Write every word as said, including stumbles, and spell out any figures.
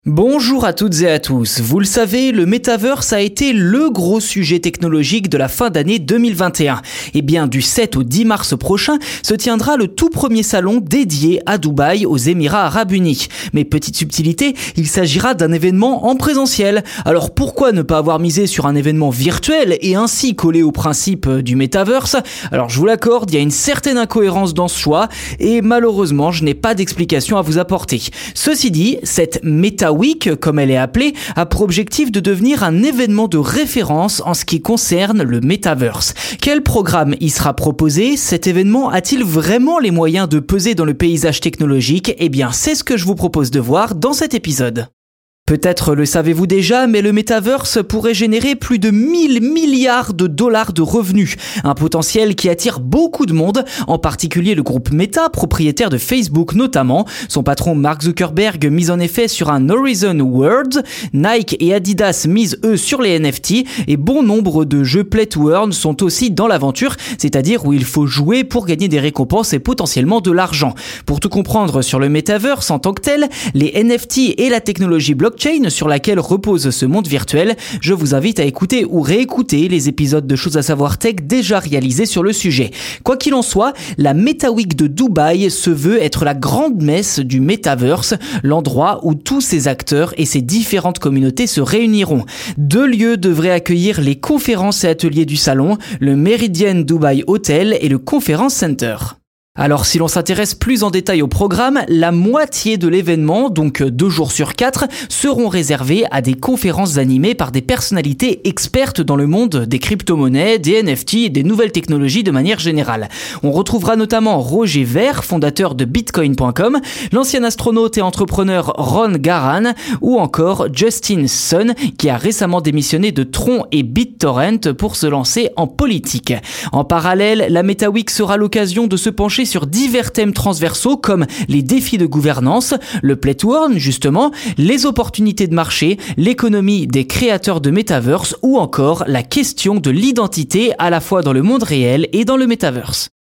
Bonjour à toutes et à tous. Vous le savez, le Metaverse a été le gros sujet technologique de la fin d'année deux mille vingt et un. Et bien, du sept au dix mars prochain se tiendra le tout premier salon dédié à Dubaï, aux Émirats Arabes Unis. Mais petite subtilité, il s'agira d'un événement en présentiel. Alors pourquoi ne pas avoir misé sur un événement virtuel et ainsi coller au principe du Metaverse ? Alors je vous l'accorde, il y a une certaine incohérence dans ce choix et malheureusement, je n'ai pas d'explication à vous apporter. Ceci dit, cette Meta Week, comme elle est appelée, a pour objectif de devenir un événement de référence en ce qui concerne le Metaverse. Quel programme y sera proposé ? Cet événement a-t-il vraiment les moyens de peser dans le paysage technologique ? Eh bien, c'est ce que je vous propose de voir dans cet épisode. Peut-être le savez-vous déjà, mais le Metaverse pourrait générer plus de mille milliards de dollars de revenus. Un potentiel qui attire beaucoup de monde, en particulier le groupe Meta, propriétaire de Facebook notamment. Son patron Mark Zuckerberg mise en effet sur un Horizon Worlds. Nike et Adidas misent eux sur les N F T et bon nombre de jeux Play to Earn sont aussi dans l'aventure, c'est-à-dire où il faut jouer pour gagner des récompenses et potentiellement de l'argent. Pour tout comprendre sur le Metaverse en tant que tel, les N F T et la technologie blockchain sur laquelle repose ce monde virtuel, je vous invite à écouter ou réécouter les épisodes de Choses à savoir tech déjà réalisés sur le sujet. Quoi qu'il en soit, la Meta Week de Dubaï se veut être la grande messe du Metaverse, l'endroit où tous ces acteurs et ces différentes communautés se réuniront. Deux lieux devraient accueillir les conférences et ateliers du salon, le Meridian Dubai Hotel et le Conference Center. Alors si l'on s'intéresse plus en détail au programme, la moitié de l'événement, donc deux jours sur quatre, seront réservés à des conférences animées par des personnalités expertes dans le monde des crypto-monnaies, des N F T et des nouvelles technologies de manière générale. On retrouvera notamment Roger Ver, fondateur de Bitcoin point com, l'ancien astronaute et entrepreneur Ron Garan, ou encore Justin Sun, qui a récemment démissionné de Tron et BitTorrent pour se lancer en politique. En parallèle, la Meta Week sera l'occasion de se pencher sur divers thèmes transversaux comme les défis de gouvernance, le Play to Earn justement, les opportunités de marché, l'économie des créateurs de Metaverse ou encore la question de l'identité à la fois dans le monde réel et dans le Metaverse.